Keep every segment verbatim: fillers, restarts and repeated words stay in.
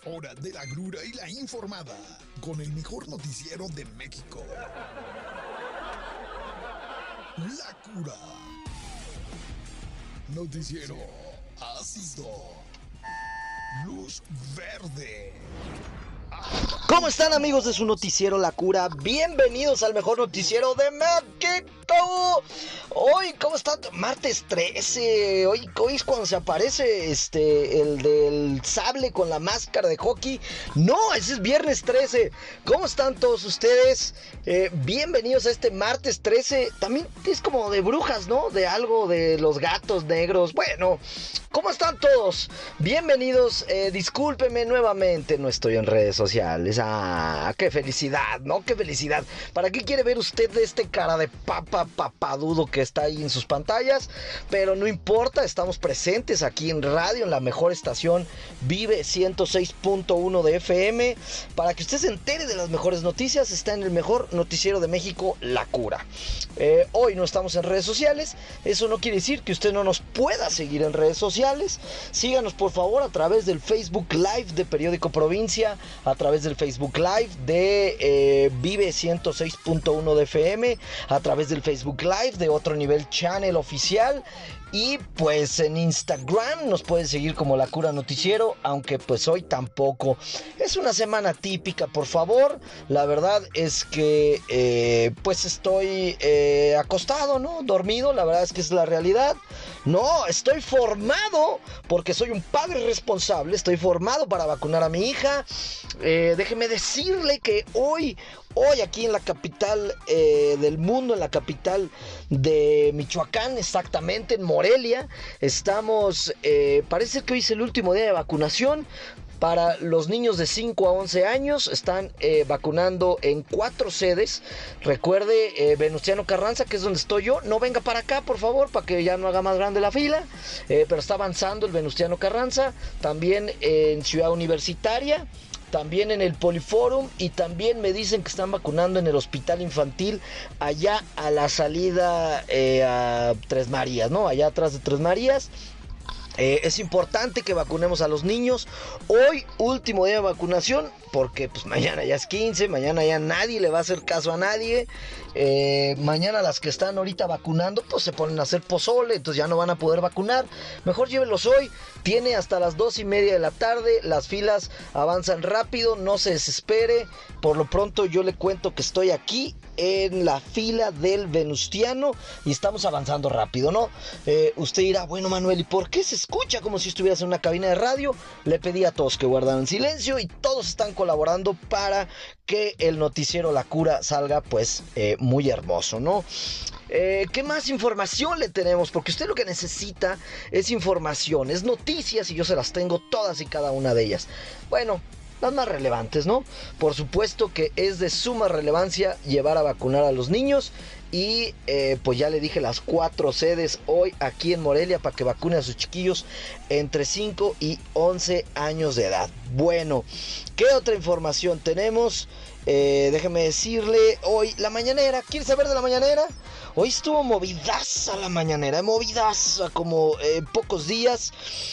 hora de la grura y la informada, con el mejor noticiero de México. La Cura. Noticiero ácido. Luz verde. ¿Cómo están, amigos de su noticiero La Cura? Bienvenidos al mejor noticiero de México. Hoy, ¿cómo están? Martes trece. Hoy, hoy es cuando se aparece este el del sable con la máscara de hockey. No, ese es viernes trece. ¿Cómo están todos ustedes? Eh, bienvenidos a este martes trece. También es como de brujas, ¿no? De algo de los gatos negros. Bueno, ¿cómo están todos? Bienvenidos. Eh, discúlpeme nuevamente, no estoy en redes sociales. Ah, qué felicidad, ¿no? Qué felicidad. ¿Para qué quiere ver usted este cara de papa papadudo que está ahí en sus pantallas? Pero no importa, estamos presentes aquí en radio, en la mejor estación Vive ciento seis punto uno de F M. Para que usted se entere de las mejores noticias, está en el mejor noticiero de México, La Cura. Eh, hoy no estamos en redes sociales. Eso no quiere decir que usted no nos pueda seguir en redes sociales. Síganos por favor a través del Facebook Live de Periódico Provincia, a través del Facebook Live de eh, Vive ciento seis punto uno de F M, a través del Facebook Live de Otro Nivel Channel Oficial. Y pues en Instagram nos pueden seguir como La Cura Noticiero, aunque pues hoy tampoco. Es una semana típica, por favor. La verdad es que eh, pues estoy eh, acostado, ¿no? Dormido, la verdad es que es la realidad. No, estoy formado porque soy un padre responsable. Estoy formado para vacunar a mi hija. Eh, déjeme decirle que hoy... Hoy aquí en la capital eh, del mundo, en la capital de Michoacán, exactamente en Morelia, estamos, eh, parece que hoy es el último día de vacunación. Para los niños de cinco a once años están eh, vacunando en cuatro sedes. Recuerde, eh, Venustiano Carranza, que es donde estoy yo. No venga para acá, por favor, para que ya no haga más grande la fila. Eh, pero está avanzando el Venustiano Carranza. También eh, en Ciudad Universitaria. También en el Poliforum, y también me dicen que están vacunando en el Hospital Infantil, allá a la salida eh, a Tres Marías, ¿no? Allá atrás de Tres Marías. Eh, es importante que vacunemos a los niños. Hoy, último día de vacunación, porque pues mañana ya es quince, mañana ya nadie le va a hacer caso a nadie. Eh, mañana las que están ahorita vacunando, pues se ponen a hacer pozole, entonces ya no van a poder vacunar. Mejor llévelos hoy. Tiene hasta las dos y media de la tarde. Las filas avanzan rápido, no se desespere. Por lo pronto yo le cuento que estoy aquí en la fila del Venustiano y estamos avanzando rápido, ¿no? Eh, usted dirá, bueno, Manuel, ¿y por qué se escucha como si estuvieras en una cabina de radio? Le pedí a todos que guardaran silencio y todos están colaborando para que el noticiero La Cura salga pues eh, muy hermoso, ¿no? Eh, ¿Qué más información le tenemos? Porque usted lo que necesita es información, es noticias, y yo se las tengo todas y cada una de ellas. Bueno, las más relevantes, ¿no? Por supuesto que es de suma relevancia llevar a vacunar a los niños. Y eh, pues ya le dije las cuatro sedes hoy aquí en Morelia para que vacune a sus chiquillos entre cinco y once años de edad. Bueno, ¿qué otra información tenemos? Eh, déjeme decirle, hoy la mañanera. ¿Quiere saber de la mañanera? Hoy estuvo movidaza la mañanera, movidaza como eh, pocos días.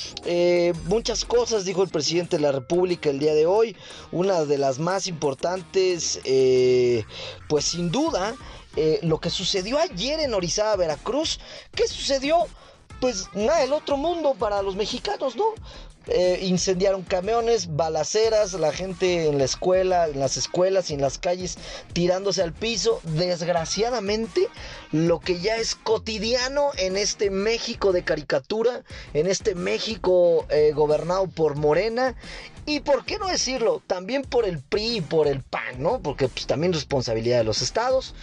Eh, muchas cosas dijo el presidente de la República el día de hoy. Una de las más importantes, eh, pues sin duda, eh, lo que sucedió ayer en Orizaba, Veracruz. ¿Qué sucedió? Pues nada del otro mundo para los mexicanos, ¿no? Eh, incendiaron camiones, balaceras, la gente en la escuela, en las escuelas y en las calles tirándose al piso. Desgraciadamente, lo que ya es cotidiano en este México de caricatura, en este México eh, gobernado por Morena. Y por qué no decirlo, también por el P R I y por el P A N, ¿no? Porque pues, también responsabilidad de los estados.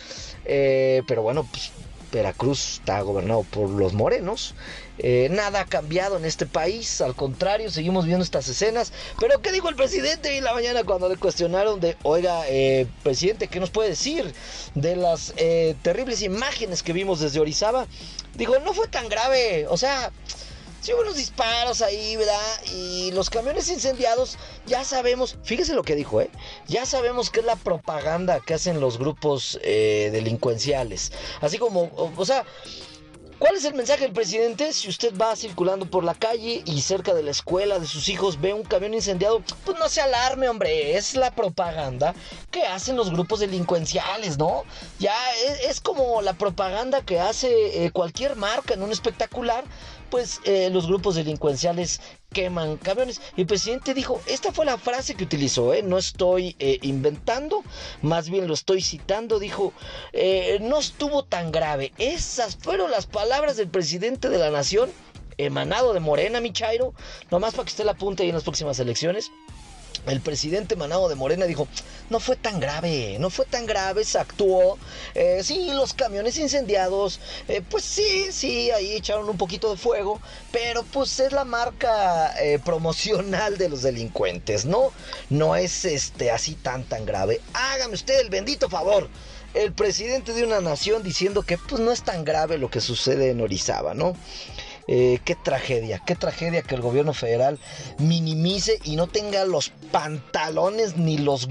Eh, pero bueno, pues Veracruz está gobernado por los morenos. Eh, nada ha cambiado en este país, al contrario, seguimos viendo estas escenas. Pero ¿qué dijo el presidente hoy en la mañana cuando le cuestionaron de, oiga, eh, presidente, ¿qué nos puede decir de las eh, terribles imágenes que vimos desde Orizaba? Dijo, no fue tan grave, o sea, sí hubo unos disparos ahí, ¿verdad? Y los camiones incendiados, ya sabemos, fíjese lo que dijo, ¿eh? Ya sabemos qué es la propaganda que hacen los grupos eh, delincuenciales. Así como, o, o sea... ¿Cuál es el mensaje del presidente? Si usted va circulando por la calle y cerca de la escuela de sus hijos ve un camión incendiado, pues no se alarme, hombre, es la propaganda que hacen los grupos delincuenciales, ¿no? Ya es, es como la propaganda que hace eh, cualquier marca en un espectacular, pues eh, los grupos delincuenciales queman camiones. Y el presidente dijo, esta fue la frase que utilizó, ¿eh? No estoy eh, inventando, más bien lo estoy citando, dijo, eh, no estuvo tan grave. Esas fueron las palabras del presidente de la nación, emanado de Morena, mi Chairo, nomás para que usted la apunte ahí en las próximas elecciones. El presidente emanado de Morena dijo, no fue tan grave, no fue tan grave, se actuó, eh, sí, los camiones incendiados, eh, pues sí, sí, ahí echaron un poquito de fuego, pero pues es la marca eh, promocional de los delincuentes, ¿no? No es este así tan tan grave. Hágame usted el bendito favor. El presidente de una nación diciendo que pues no es tan grave lo que sucede en Orizaba, ¿no? Eh, qué tragedia, qué tragedia que el gobierno federal minimice y no tenga los pantalones ni los...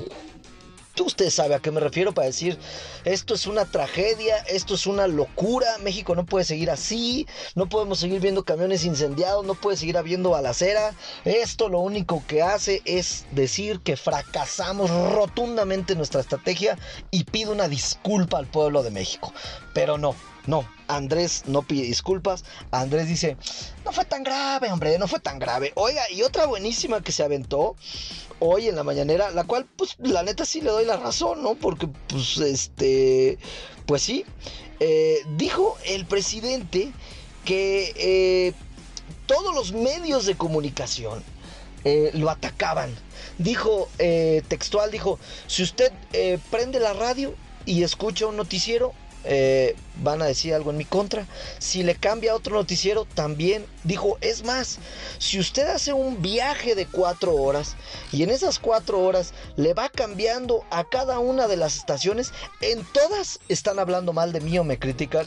Usted sabe a qué me refiero para decir, esto es una tragedia, esto es una locura, México no puede seguir así, no podemos seguir viendo camiones incendiados, no puede seguir habiendo balacera. Esto lo único que hace es decir que fracasamos rotundamente en nuestra estrategia y pido una disculpa al pueblo de México. Pero no, no, Andrés no pide disculpas. Andrés dice, no fue tan grave, hombre, no fue tan grave. Oiga, y otra buenísima que se aventó hoy en la mañanera, la cual, pues, la neta sí le doy la razón, ¿no? Porque, pues, este, pues sí, eh, dijo el presidente que eh, todos los medios de comunicación eh, lo atacaban. Dijo, eh, textual, dijo, si usted eh, prende la radio y escucha un noticiero, Eh, van a decir algo en mi contra. Si le cambia a otro noticiero, también. Dijo, es más, si usted hace un viaje de cuatro horas y en esas cuatro horas le va cambiando a cada una de las estaciones, en todas están hablando mal de mí o me critican.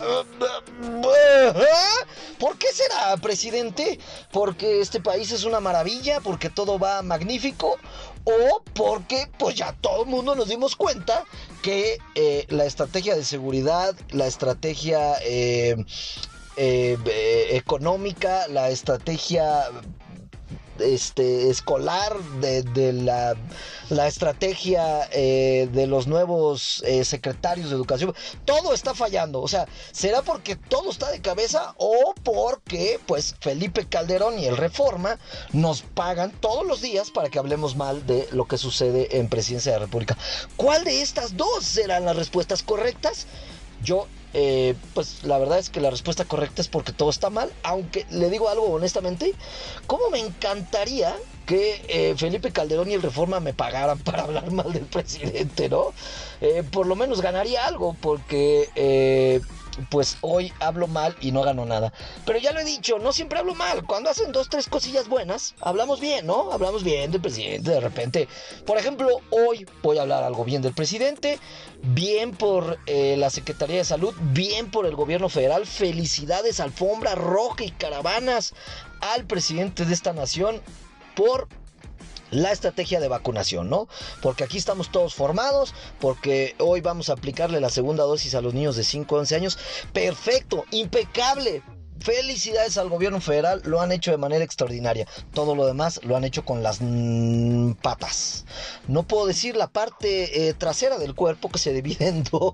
¿Por qué será, presidente? ¿Porque este país es una maravilla? ¿Porque todo va magnífico? ¿O porque pues ya todo el mundo nos dimos cuenta que eh, la estrategia de seguridad, la estrategia eh, eh, eh, económica, la estrategia este, escolar, de, de la, la estrategia eh, de los nuevos eh, secretarios de educación, todo está fallando? O sea, ¿será porque todo está de cabeza o porque pues Felipe Calderón y el Reforma nos pagan todos los días para que hablemos mal de lo que sucede en Presidencia de la República? ¿Cuál de estas dos serán las respuestas correctas? Yo Eh, pues la verdad es que la respuesta correcta es porque todo está mal. Aunque le digo algo honestamente, ¿cómo me encantaría que eh, Felipe Calderón y el Reforma me pagaran para hablar mal del presidente, ¿no? Eh, por lo menos ganaría algo, porque eh, pues hoy hablo mal y no gano nada. Pero ya lo he dicho, no siempre hablo mal. Cuando hacen dos, tres cosillas buenas, hablamos bien, ¿no? Hablamos bien del presidente de repente. Por ejemplo, hoy voy a hablar algo bien del presidente, bien por eh, la Secretaría de Salud, bien por el gobierno federal. Felicidades, alfombra roja y caravanas al presidente de esta nación por la estrategia de vacunación, ¿no? Porque aquí estamos todos formados, porque hoy vamos a aplicarle la segunda dosis a los niños de cinco a once años. Perfecto, impecable. Felicidades al gobierno federal, lo han hecho de manera extraordinaria. Todo lo demás lo han hecho con las mm, patas. No puedo decir la parte eh, trasera del cuerpo que se divide en dos.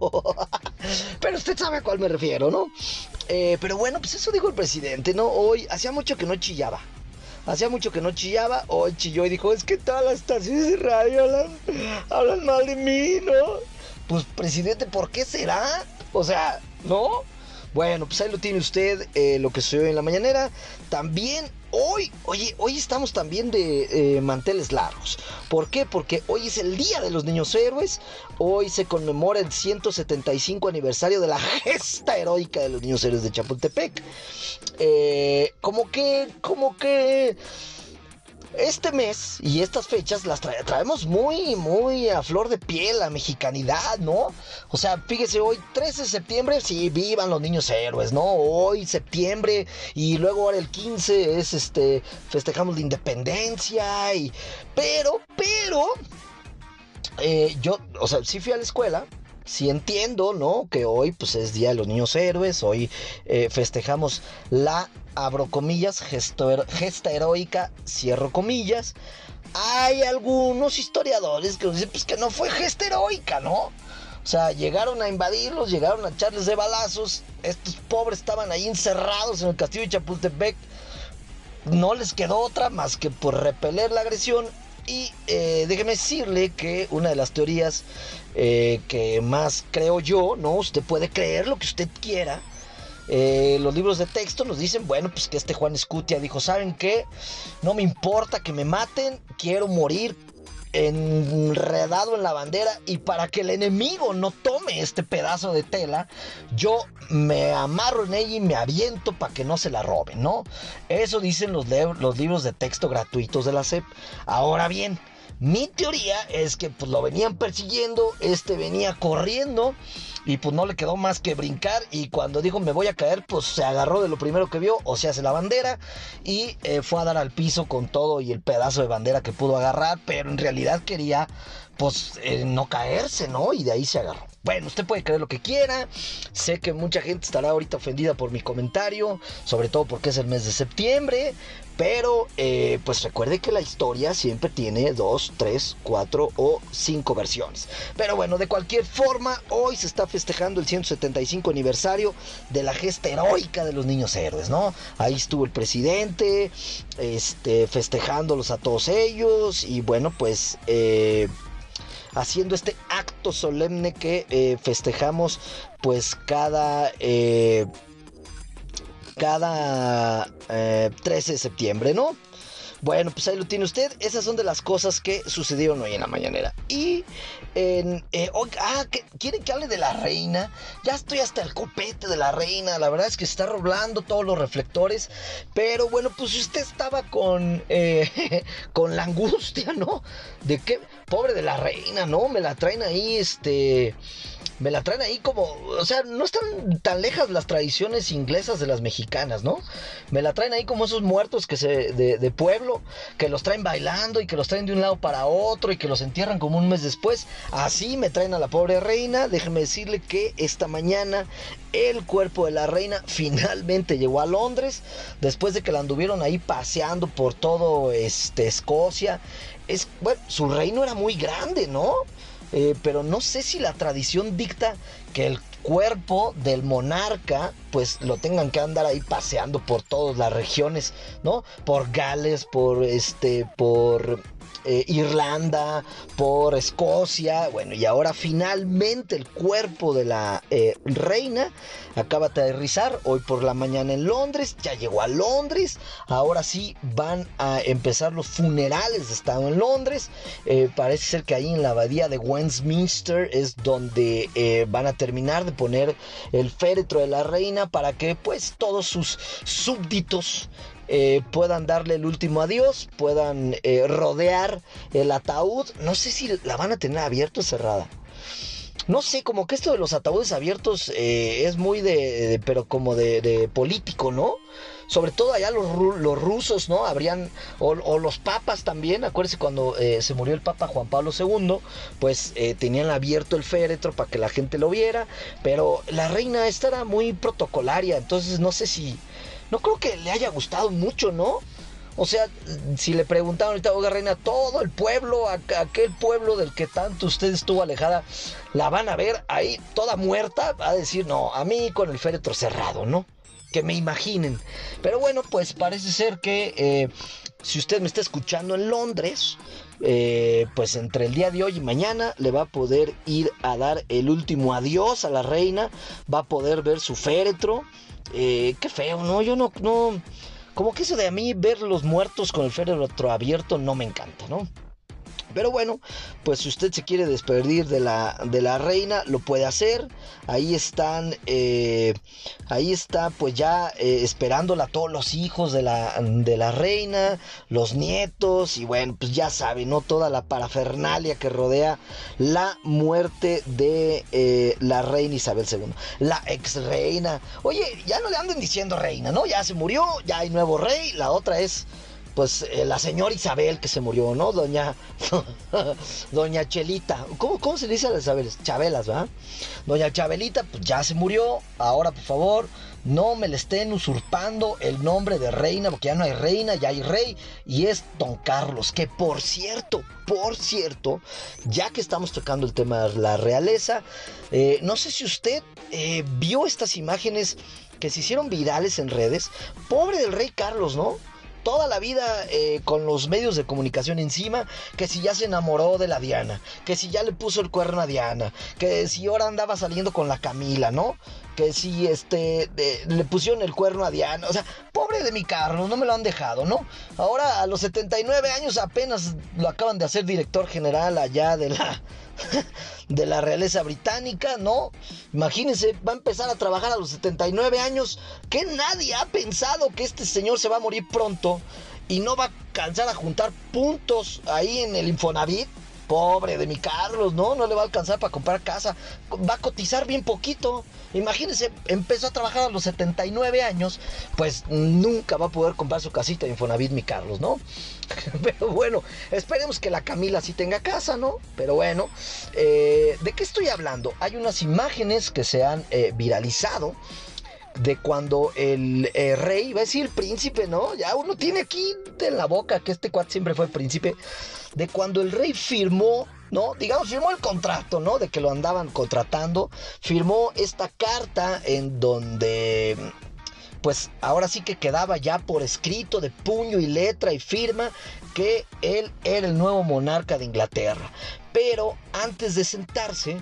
Pero usted sabe a cuál me refiero, ¿no? Eh, pero bueno, pues eso dijo el presidente, ¿no? Hoy hacía mucho que no chillaba. Hacía mucho que no chillaba, hoy chilló y dijo, es que todas las estaciones de radio hablan, hablan mal de mí, ¿no? Pues, presidente, ¿por qué será? O sea, ¿no? Bueno, pues ahí lo tiene usted, eh, lo que sucedió en la mañanera. También hoy, oye, hoy estamos también de eh, manteles largos. ¿Por qué? Porque hoy es el Día de los Niños Héroes. Hoy se conmemora el ciento setenta y cinco aniversario de la gesta heroica de los Niños Héroes de Chapultepec. Eh, como que, como que... Este mes y estas fechas las trae, traemos muy, muy a flor de piel la mexicanidad, ¿no? O sea, fíjese, hoy trece de septiembre, sí, vivan los niños héroes, ¿no? Hoy septiembre y luego ahora el quince es este, festejamos la independencia y... Pero, pero, eh, yo, o sea, sí fui a la escuela, sí entiendo, ¿no? Que hoy pues es Día de los Niños Héroes, hoy eh, festejamos la, abro comillas, gesto, gesta heroica, cierro comillas. Hay algunos historiadores que nos dicen pues que no fue gesta heroica, ¿no? O sea, llegaron a invadirlos, llegaron a echarles de balazos, estos pobres estaban ahí encerrados en el castillo de Chapultepec, no les quedó otra más que por repeler la agresión. Y eh, déjeme decirle que una de las teorías eh, que más creo yo, ¿no? Usted puede creer lo que usted quiera. Eh, los libros de texto nos dicen, bueno, pues que este Juan Escutia dijo, ¿saben qué? No me importa que me maten, quiero morir enredado en la bandera, y para que el enemigo no tome este pedazo de tela, yo me amarro en ella y me aviento para que no se la roben, ¿no? Eso dicen los, los libros de texto gratuitos de la S E P. Ahora bien, mi teoría es que pues lo venían persiguiendo, este venía corriendo y pues no le quedó más que brincar, y cuando dijo me voy a caer, pues se agarró de lo primero que vio, o sea, hace la bandera, y eh, fue a dar al piso con todo y el pedazo de bandera que pudo agarrar, pero en realidad quería pues eh, no caerse, ¿no? Y de ahí se agarró. Bueno, usted puede creer lo que quiera, sé que mucha gente estará ahorita ofendida por mi comentario, sobre todo porque es el mes de septiembre, pero eh, pues recuerde que la historia siempre tiene dos, tres, cuatro o cinco versiones. Pero bueno, de cualquier forma, hoy se está festejando el ciento setenta y cinco aniversario de la gesta heroica de los niños héroes, ¿no? Ahí estuvo el presidente, este, festejándolos a todos ellos, y bueno, pues Eh, haciendo este acto solemne que eh, festejamos pues cada eh, cada eh, trece de septiembre, ¿no? Bueno, pues ahí lo tiene usted. Esas son de las cosas que sucedieron hoy en la mañanera. Y en, eh, hoy, ah, ¿qué, ¿quieren que hable de la reina? Ya estoy hasta el copete de la reina. La verdad es que se está roblando todos los reflectores. Pero bueno, pues si usted estaba con eh, con la angustia, ¿no? De que, pobre de la reina, ¿no? Me la traen ahí, este... Me la traen ahí como, o sea, no están tan lejas las tradiciones inglesas de las mexicanas, ¿no? Me la traen ahí como esos muertos que se de, de pueblo, que los traen bailando y que los traen de un lado para otro y que los entierran como un mes después. Así me traen a la pobre reina. Déjeme decirle que esta mañana el cuerpo de la reina finalmente llegó a Londres, después de que la anduvieron ahí paseando por todo este, Escocia. Es, bueno, su reino era muy grande, ¿no? Eh, pero no sé si la tradición dicta que el cuerpo del monarca pues lo tengan que andar ahí paseando por todas las regiones, ¿no? Por Gales, por este, por eh, Irlanda, por Escocia. Bueno, y ahora finalmente el cuerpo de la eh, reina acaba de aterrizar hoy por la mañana en Londres. Ya llegó a Londres. Ahora sí van a empezar los funerales de estado en Londres. Eh, parece ser que ahí en la abadía de Westminster es donde eh, van a terminar de poner el féretro de la reina para que pues todos sus súbditos Eh, puedan darle el último adiós, puedan eh, rodear el ataúd. No sé si la van a tener abierta o cerrada. No sé, como que esto de los ataúdes abiertos eh, es muy de, de pero como de, de político, ¿no? Sobre todo allá los, los rusos, ¿no? Habrían, o, o los papas también. Acuérdense cuando eh, se murió el Papa Juan Pablo segundo, pues eh, tenían abierto el féretro para que la gente lo viera. Pero la reina esta era muy protocolaria, entonces no sé si... No creo que le haya gustado mucho, ¿no? O sea, si le preguntaban ahorita, oiga reina, todo el pueblo, aquel pueblo del que tanto usted estuvo alejada, la van a ver ahí toda muerta, va a decir, no, a mí con el féretro cerrado, ¿no? Que me imaginen. Pero bueno, pues parece ser que eh, si usted me está escuchando en Londres, eh, pues entre el día de hoy y mañana le va a poder ir a dar el último adiós a la reina, va a poder ver su féretro. Eh, qué feo, ¿no? Yo no, no... Como que eso de a mí ver los muertos con el féretro abierto no me encanta, ¿no? Pero bueno, pues si usted se quiere despedir de la, de la reina, lo puede hacer. Ahí están, eh, ahí está pues ya eh, esperándola todos los hijos de la, de la reina, los nietos, y bueno, pues ya saben, ¿no? Toda la parafernalia que rodea la muerte de eh, la reina Isabel segunda, la ex reina. Oye, ya no le anden diciendo reina, ¿no? Ya se murió, ya hay nuevo rey, la otra es... pues eh, la señora Isabel que se murió, ¿no? Doña Doña Chelita. ¿Cómo, ¿Cómo se dice a las Isabeles? Chabelas, ¿verdad? Doña Chabelita, pues ya se murió. Ahora, por favor, no me le estén usurpando el nombre de reina, porque ya no hay reina, ya hay rey, y es Don Carlos, que por cierto, por cierto, ya que estamos tocando el tema de la realeza, eh, no sé si usted eh, vio estas imágenes que se hicieron virales en redes. Pobre del rey Carlos, ¿no? Toda la vida eh, con los medios de comunicación encima, que si ya se enamoró de la Diana, que si ya le puso el cuerno a Diana, que si ahora andaba saliendo con la Camila, ¿no? Que si este de, le pusieron el cuerno a Diana. O sea, pobre de mi Carlos, no me lo han dejado, ¿no? Ahora a los setenta y nueve años apenas lo acaban de hacer director general allá de la... de la realeza británica, ¿no? Imagínense, va a empezar a trabajar a los setenta y nueve años, que nadie ha pensado que este señor se va a morir pronto y no va a alcanzar a juntar puntos ahí en el Infonavit. Pobre de mi Carlos, ¿no? No le va a alcanzar para comprar casa. Va a cotizar bien poquito. Imagínense, empezó a trabajar a los setenta y nueve años. Pues nunca va a poder comprar su casita de Infonavit, mi Carlos, ¿no? Pero bueno, esperemos que la Camila sí tenga casa, ¿no? Pero bueno, eh, ¿de qué estoy hablando? Hay unas imágenes que se han eh, viralizado de cuando el eh, rey, va a decir el príncipe, ¿no? Ya uno tiene aquí en la boca que este cuate siempre fue príncipe. De cuando el rey firmó, ¿no? Digamos, firmó el contrato, ¿no? De que lo andaban contratando. Firmó esta carta en donde, pues, ahora sí que quedaba ya por escrito, de puño y letra y firma, que él era el nuevo monarca de Inglaterra. Pero antes de sentarse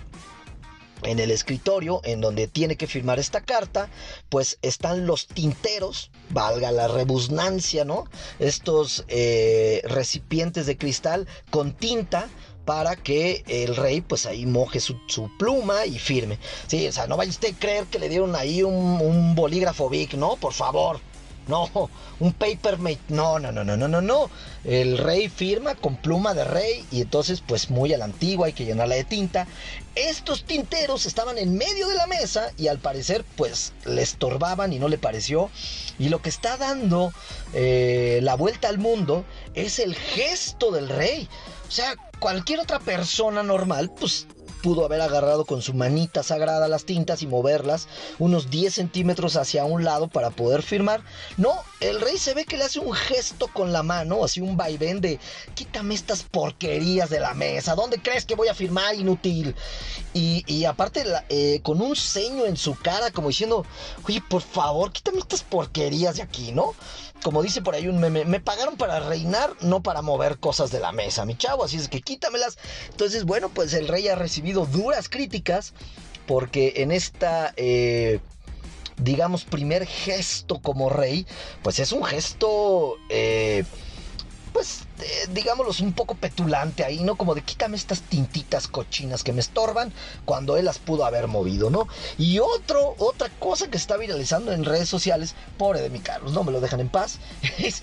en el escritorio en donde tiene que firmar esta carta, pues están los tinteros, valga la redundancia, ¿no? Estos eh, recipientes de cristal con tinta para que el rey pues ahí moje su, su pluma y firme. Sí, o sea, no vaya usted a creer que le dieron ahí un, un bolígrafo Bic, ¿no? Por favor. No, un papermate, no, no, no, no, no, no, no. El rey firma con pluma de rey y entonces pues muy a la antigua hay que llenarla de tinta. Estos tinteros estaban en medio de la mesa y al parecer pues le estorbaban y no le pareció. Y lo que está dando eh, la vuelta al mundo es el gesto del rey. O sea, cualquier otra persona normal pues pudo haber agarrado con su manita sagrada las tintas y moverlas unos diez centímetros hacia un lado para poder firmar. No, el rey se ve que le hace un gesto con la mano, así un vaivén de quítame estas porquerías de la mesa, ¿dónde crees que voy a firmar, inútil? Y, y aparte eh, con un ceño en su cara como diciendo, oye, por favor, quítame estas porquerías de aquí, ¿no? Como dice por ahí un meme, me pagaron para reinar, no para mover cosas de la mesa, mi chavo, así es que quítamelas. Entonces, bueno, pues el rey ha recibido duras críticas porque en esta, eh, digamos, primer gesto como rey, pues es un gesto, eh, pues, eh, digámoslo, un poco petulante ahí, ¿no? Como de quítame estas tintitas cochinas que me estorban cuando él las pudo haber movido, ¿no? Y otro, otra cosa que está viralizando en redes sociales, pobre de mi Carlos, no me lo dejan en paz, es,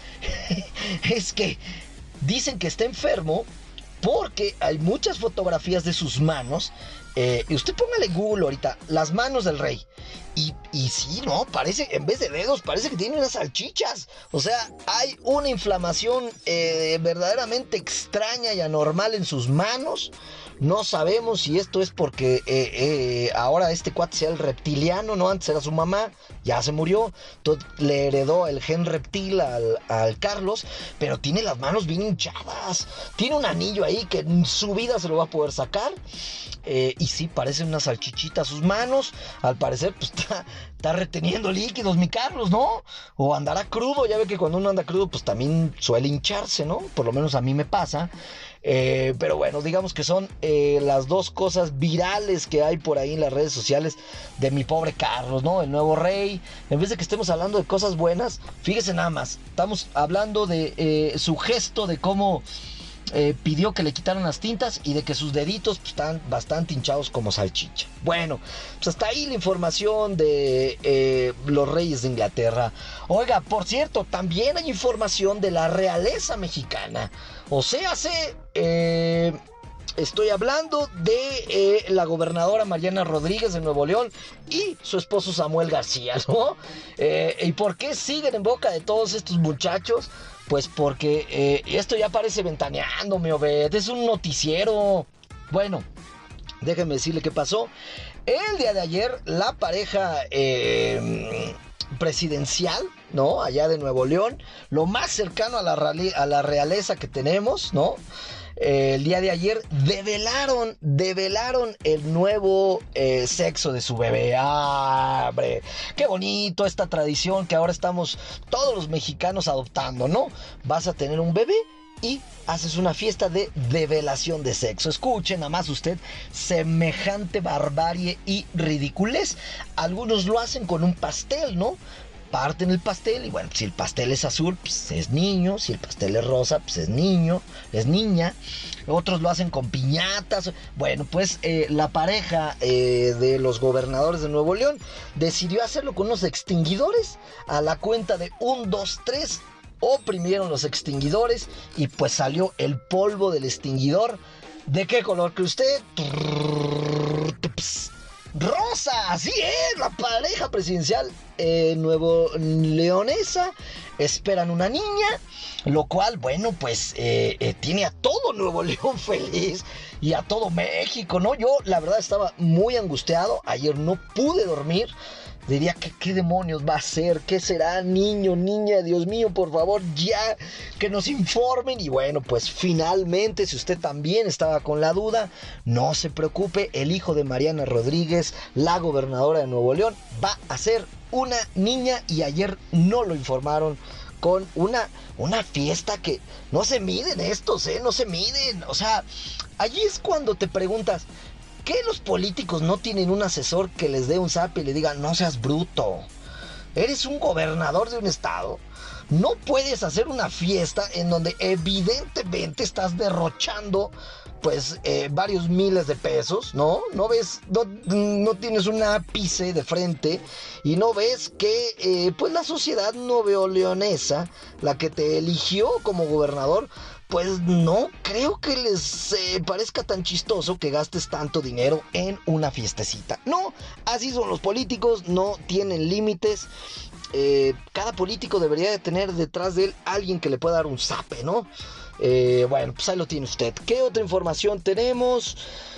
es que dicen que está enfermo porque hay muchas fotografías de sus manos. Eh, y usted póngale en Google ahorita, las manos del rey. Y, y sí, ¿no? Parece, en vez de dedos, parece que tiene unas salchichas. O sea, hay una inflamación eh, verdaderamente extraña y anormal en sus manos. No sabemos si esto es porque eh, eh, ahora este cuate sea el reptiliano, ¿no? Antes era su mamá, ya se murió. Entonces le heredó el gen reptil al, al Carlos, pero tiene las manos bien hinchadas. Tiene un anillo ahí que en su vida se lo va a poder sacar. Eh, y sí, parecen una salchichita sus manos. Al parecer, pues está, está reteniendo líquidos, mi Carlos, ¿no? O andará crudo. Ya ve que cuando uno anda crudo, pues también suele hincharse, ¿no? Por lo menos a mí me pasa. Eh, pero bueno, digamos que son eh, las dos cosas virales que hay por ahí en las redes sociales de mi pobre Carlos, ¿no? El nuevo rey. En vez de que estemos hablando de cosas buenas, fíjese nada más, estamos hablando de eh, su gesto, de cómo eh, pidió que le quitaran las tintas y de que sus deditos pues, están bastante hinchados como salchicha. Bueno, pues hasta ahí la información de eh, los reyes de Inglaterra. Oiga, por cierto, también hay información de la realeza mexicana. O sea, se, eh, estoy hablando de eh, la gobernadora Mariana Rodríguez de Nuevo León y su esposo Samuel García, ¿no? Eh, ¿Y por qué siguen en boca de todos estos muchachos? Pues porque eh, esto ya parece ventaneando, mi Obed. Es un noticiero. Bueno, déjenme decirle qué pasó. El día de ayer, la pareja eh, presidencial, ¿no? Allá de Nuevo León, lo más cercano a la, a la realeza que tenemos, ¿no? Eh, el día de ayer develaron, develaron el nuevo eh, sexo de su bebé. ¡Ah, hombre! ¡Qué bonito esta tradición que ahora estamos todos los mexicanos adoptando, ¿no? Vas a tener un bebé y haces una fiesta de develación de sexo. Escuchen nada más usted semejante barbarie y ridiculez. Algunos lo hacen con un pastel, ¿no? Parten el pastel y bueno, si el pastel es azul, pues es niño. Si el pastel es rosa, pues es niño, es niña. Otros lo hacen con piñatas. Bueno, pues eh, la pareja eh, de los gobernadores de Nuevo León decidió hacerlo con unos extinguidores. A la cuenta de un, dos, tres, oprimieron los extinguidores y pues salió el polvo del extinguidor. ¿De qué color cree usted? Rosa, así es, la pareja presidencial eh, nuevo leonesa, esperan una niña, lo cual, bueno, pues eh, eh, tiene a todo Nuevo León feliz y a todo México, ¿no? Yo, la verdad, estaba muy angustiado, ayer no pude dormir. Diría que qué demonios va a ser, qué será, niño, niña, Dios mío, por favor, ya que nos informen. Y bueno, pues finalmente, si usted también estaba con la duda, no se preocupe, el hijo de Mariana Rodríguez, la gobernadora de Nuevo León, va a ser una niña y ayer no lo informaron con una, una fiesta que no se miden estos, ¿eh? No se miden, o sea, allí es cuando te preguntas, ¿qué los políticos no tienen un asesor que les dé un zap y le diga, no seas bruto? Eres un gobernador de un estado. No puedes hacer una fiesta en donde evidentemente estás derrochando pues eh, varios miles de pesos, ¿no? No ves, no, no tienes un ápice de frente y no ves que eh, pues la sociedad nuevoleonesa, la que te eligió como gobernador, pues no creo que les eh, parezca tan chistoso que gastes tanto dinero en una fiestecita. No, así son los políticos, no tienen límites. Eh, cada político debería de tener detrás de él alguien que le pueda dar un zape, ¿no? Eh, bueno, pues ahí lo tiene usted. ¿Qué otra información tenemos?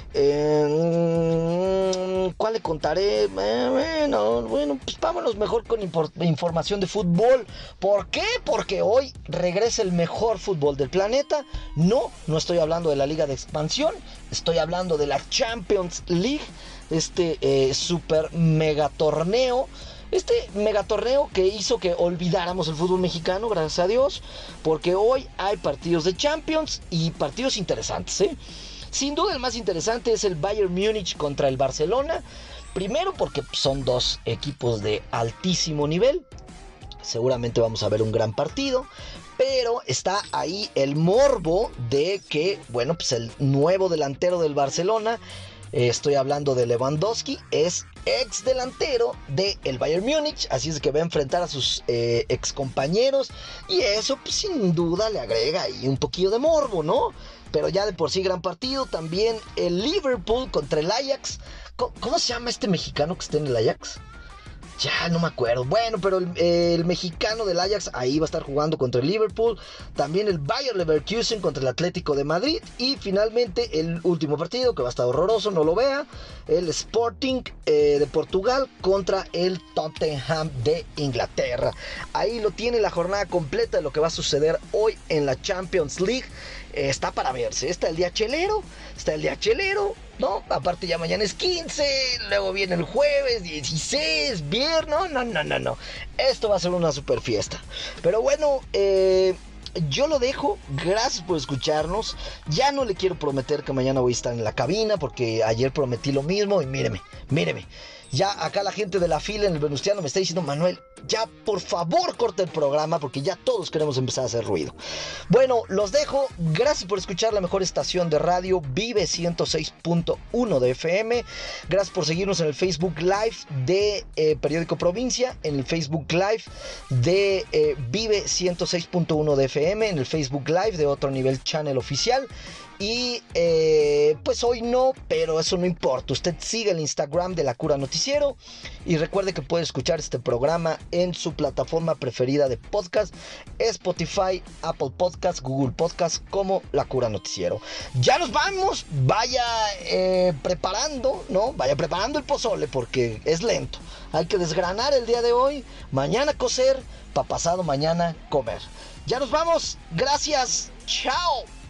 Eh, ¿Cuál le contaré? Eh, bueno, bueno, pues vámonos mejor con información de fútbol. ¿Por qué? Porque hoy regresa el mejor fútbol del planeta. No, no estoy hablando de la Liga de Expansión. Estoy hablando de la Champions League. Este eh, super mega torneo. Este megatorneo que hizo que olvidáramos el fútbol mexicano, gracias a Dios, porque hoy hay partidos de Champions y partidos interesantes, ¿eh? Sin duda el más interesante es el Bayern Múnich contra el Barcelona. Primero porque son dos equipos de altísimo nivel. Seguramente vamos a ver un gran partido. Pero está ahí el morbo de que, bueno, pues el nuevo delantero del Barcelona, eh, estoy hablando de Lewandowski, es ex delantero del Bayern Múnich, así es que va a enfrentar a sus eh, ex compañeros y eso pues sin duda le agrega ahí un poquillo de morbo, ¿no? Pero ya de por sí gran partido. También el Liverpool contra el Ajax. ¿Cómo, cómo se llama este mexicano que está en el Ajax? Ya no me acuerdo. Bueno, pero el, el mexicano del Ajax ahí va a estar jugando contra el Liverpool. También el Bayer Leverkusen contra el Atlético de Madrid. Y finalmente el último partido que va a estar horroroso, no lo vea. El Sporting eh, de Portugal contra el Tottenham de Inglaterra. Ahí lo tiene la jornada completa de lo que va a suceder hoy en la Champions League. Eh, está para verse. Está el día chelero. Está el día chelero. No, aparte ya mañana es quince, luego viene el jueves dieciséis, viernes, no, no, no, no, no. Esto va a ser una super fiesta. Pero bueno, eh, yo lo dejo, gracias por escucharnos. Ya no le quiero prometer que mañana voy a estar en la cabina, porque ayer prometí lo mismo y míreme, míreme. Ya acá la gente de la fila en el Venustiano me está diciendo, Manuel, ya por favor corta el programa porque ya todos queremos empezar a hacer ruido. Bueno, los dejo. Gracias por escuchar la mejor estación de radio, Vive ciento seis punto uno de F M. Gracias por seguirnos en el Facebook Live de eh, Periódico Provincia, en el Facebook Live de eh, Vive ciento seis punto uno de F M, en el Facebook Live de Otro Nivel Channel Oficial. Y eh, pues hoy no, pero eso no importa. Usted sigue el Instagram de La Cura Noticiera. Noticiero. Y recuerde que puede escuchar este programa en su plataforma preferida de podcast, Spotify, Apple Podcast, Google Podcast, como La Cura Noticiero. Ya nos vamos, vaya eh, preparando, ¿no? Vaya preparando el pozole porque es lento. Hay que desgranar el día de hoy, mañana cocer, para pasado mañana comer. Ya nos vamos, gracias, chao.